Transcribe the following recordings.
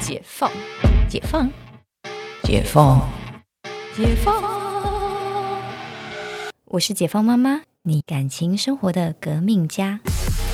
解放，解放，解放，解放。我是解放妈妈，你感情生活的革命家。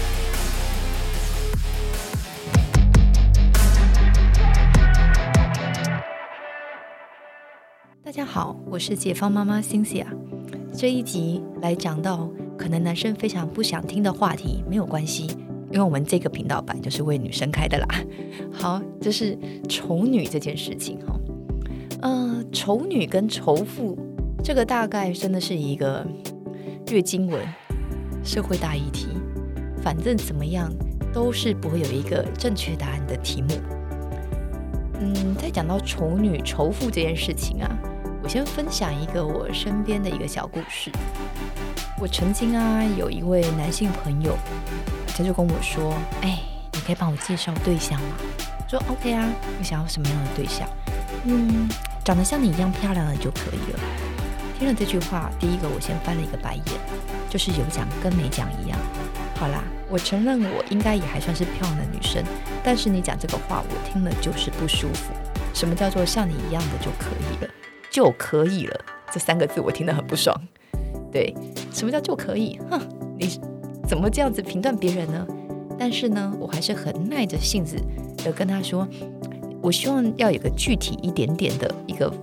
大家好，我是解放妈妈 Cynthia。这一集来讲到可能男生非常不想听的话题，没有关系，因为我们这个频道版就是为女生开的啦。好，这是丑女这件事情哈。丑女跟仇富，这个大概真的是一个月经文社会大议题。反正怎么样，都是不会有一个正确答案的题目。在讲到丑女仇富这件事情啊，我先分享一个我身边的一个小故事。我曾经有一位男性朋友，他就跟我说，你可以帮我介绍对象吗？我说 OK 啊，你想要什么样的对象？长得像你一样漂亮的就可以了。听了这句话，第一个我先翻了一个白眼，就是有讲跟没讲一样。好啦，我承认我应该也还算是漂亮的女生，但是你讲这个话我听了就是不舒服。什么叫做像你一样的就可以了？就可以了，这3个字我听得很不爽。对，什么叫就可以？你怎么这样子评断别人呢？但是呢，我还是很耐着性子的跟他说，我希望要有个具体一点点的一个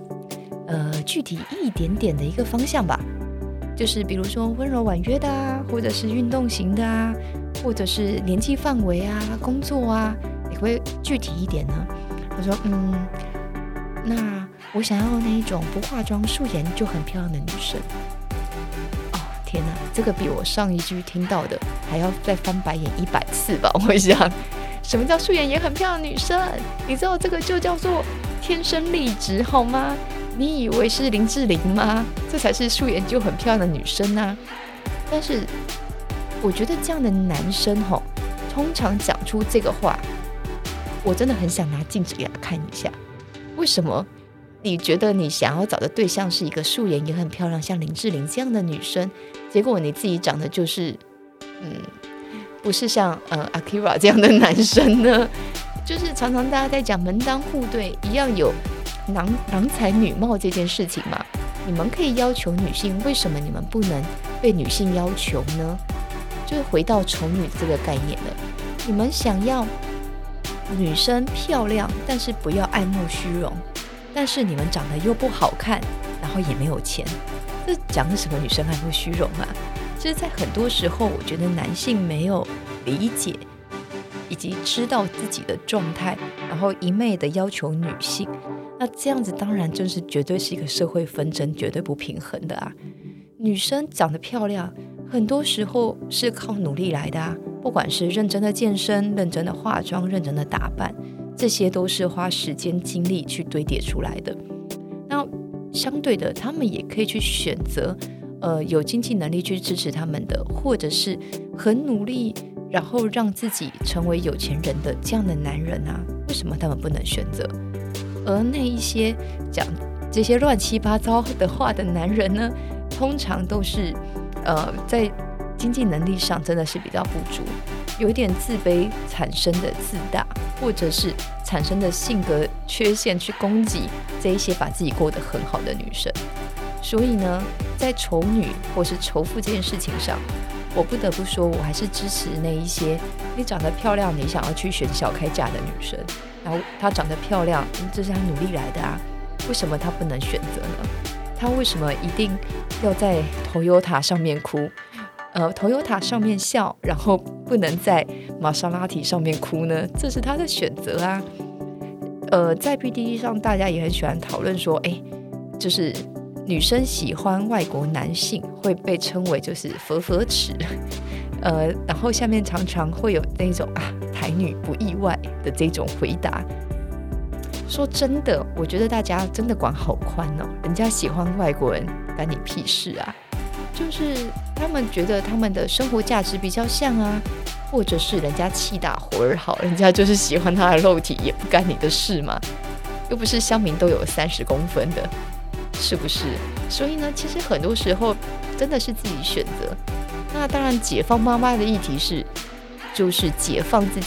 方向吧。就是比如说温柔婉约的或者是运动型的或者是年纪范围工作你会具体一点呢？他说那我想要那一种不化妆素颜就很漂亮的女生。天哪，这个比我上一句听到的还要再翻白眼100次吧。我想，什么叫素颜也很漂亮的女生？你知道这个就叫做天生丽质好吗？你以为是林志玲吗？这才是素颜就很漂亮的女生啊。但是我觉得这样的男生通常讲出这个话，我真的很想拿镜子给他看一下。为什么你觉得你想要找的对象是一个素颜也很漂亮像林志玲这样的女生，结果你自己长得就是不是像Akira 这样的男生呢？就是常常大家在讲门当户对一样有郎才女貌这件事情嘛。你们可以要求女性，为什么你们不能被女性要求呢？就是回到丑女这个概念了。你们想要女生漂亮，但是不要爱慕虚荣，但是你们长得又不好看，然后也没有钱，这讲的什么女生爱慕虚荣啊？其实在很多时候我觉得男性没有理解以及知道自己的状态，然后一昧的要求女性，那这样子当然就是绝对是一个社会纷争，绝对不平衡的女生长得漂亮很多时候是靠努力来的不管是认真的健身、认真的化妆、认真的打扮，这些都是花时间精力去堆叠出来的。那相对的，他们也可以去选择有经济能力去支持他们的，或者是很努力然后让自己成为有钱人的这样的男人为什么他们不能选择？而那一些讲这些乱七八糟的话的男人呢，通常都是在经济能力上真的是比较不足，有一点自卑产生的自大，或者是产生的性格缺陷去攻击这一些把自己过得很好的女生。所以呢，在丑女或是仇富这件事情上，我不得不说，我还是支持那一些你长得漂亮你想要去选小开价的女生，然后她长得漂亮这是她努力来的为什么她不能选择呢？她为什么一定要在 Toyota 上面哭Toyota 上面笑，然后不能在玛莎拉蒂上面哭呢？这是她的选择在 PTT 上大家也很喜欢讨论说就是女生喜欢外国男性会被称为就是佛齿然后下面常常会有那种台女不意外的这种回答。说真的，我觉得大家真的管好宽人家喜欢外国人干你屁事就是他们觉得他们的生活价值比较像或者是人家气大活儿好，人家就是喜欢他的肉体，也不干你的事嘛，又不是乡民都有30公分的，是不是？所以呢，其实很多时候真的是自己选择。那当然解放妈妈的议题就是解放自己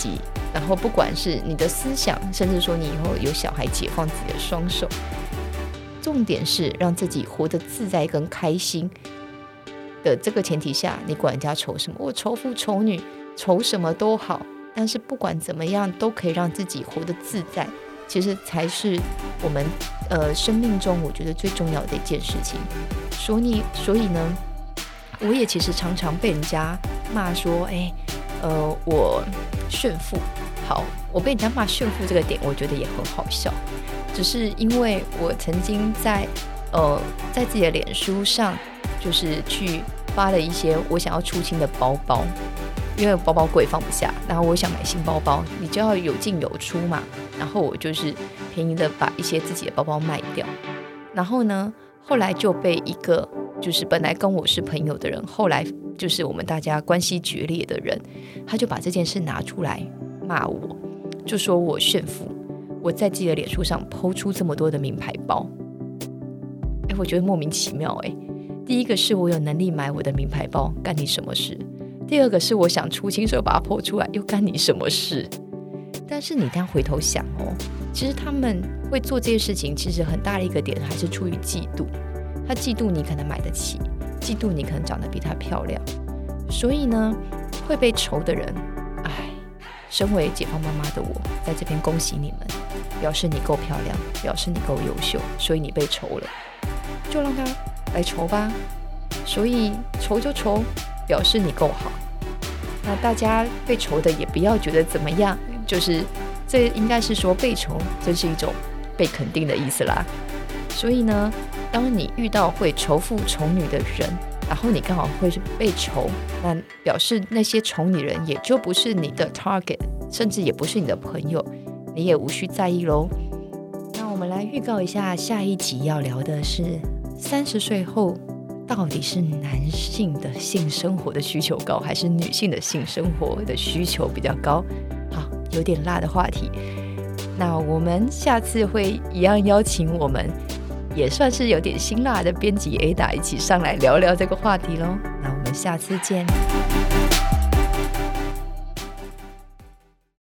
然后不管是你的思想，甚至说你以后有小孩，解放自己的双手，重点是让自己活得自在跟开心的这个前提下，你管人家丑什么，我丑妇丑女丑什么都好，但是不管怎么样都可以让自己活得自在，其实才是我们生命中我觉得最重要的一件事情。所以呢，我也其实常常被人家骂说我炫富。好，我被人家骂炫富这个点我觉得也很好笑，只是因为我曾经在自己的脸书上就是去发了一些我想要出清的包包，因为包包贵放不下，然后我想买新包包，你就要有进有出嘛，然后我就是便宜的把一些自己的包包卖掉，然后呢后来就被一个就是本来跟我是朋友的人，后来就是我们大家关系决裂的人，他就把这件事拿出来骂我，就说我炫富，我在自己的脸书上 po 出这么多的名牌包。我觉得莫名其妙。第一个是我有能力买我的名牌包，干你什么事？第二个是我想出清时候把它 po 出来，又干你什么事？但是你这样回头想其实他们会做这些事情，其实很大的一个点还是出于嫉妒，他嫉妒你可能买得起，嫉妒你可能长得比他漂亮，所以呢会被仇的人，身为解放妈妈的我在这边恭喜你们，表示你够漂亮，表示你够优秀，所以你被仇了，就让他来仇吧，所以仇就仇，表示你够好。那大家被仇的也不要觉得怎么样，就是这应该是说被仇这是一种被肯定的意思啦。所以呢，当你遇到会仇富仇女的人，然后你刚好会被仇，那表示那些仇你人也就不是你的 target， 甚至也不是你的朋友，你也无需在意咯。那我们来预告一下，下一集要聊的是30岁后到底是男性的性生活的需求高，还是女性的性生活的需求比较高？好，有点辣的话题。那我们下次会一样邀请我们也算是有点辛辣的编辑 Ada 一起上来聊聊这个话题咯。那我们下次见。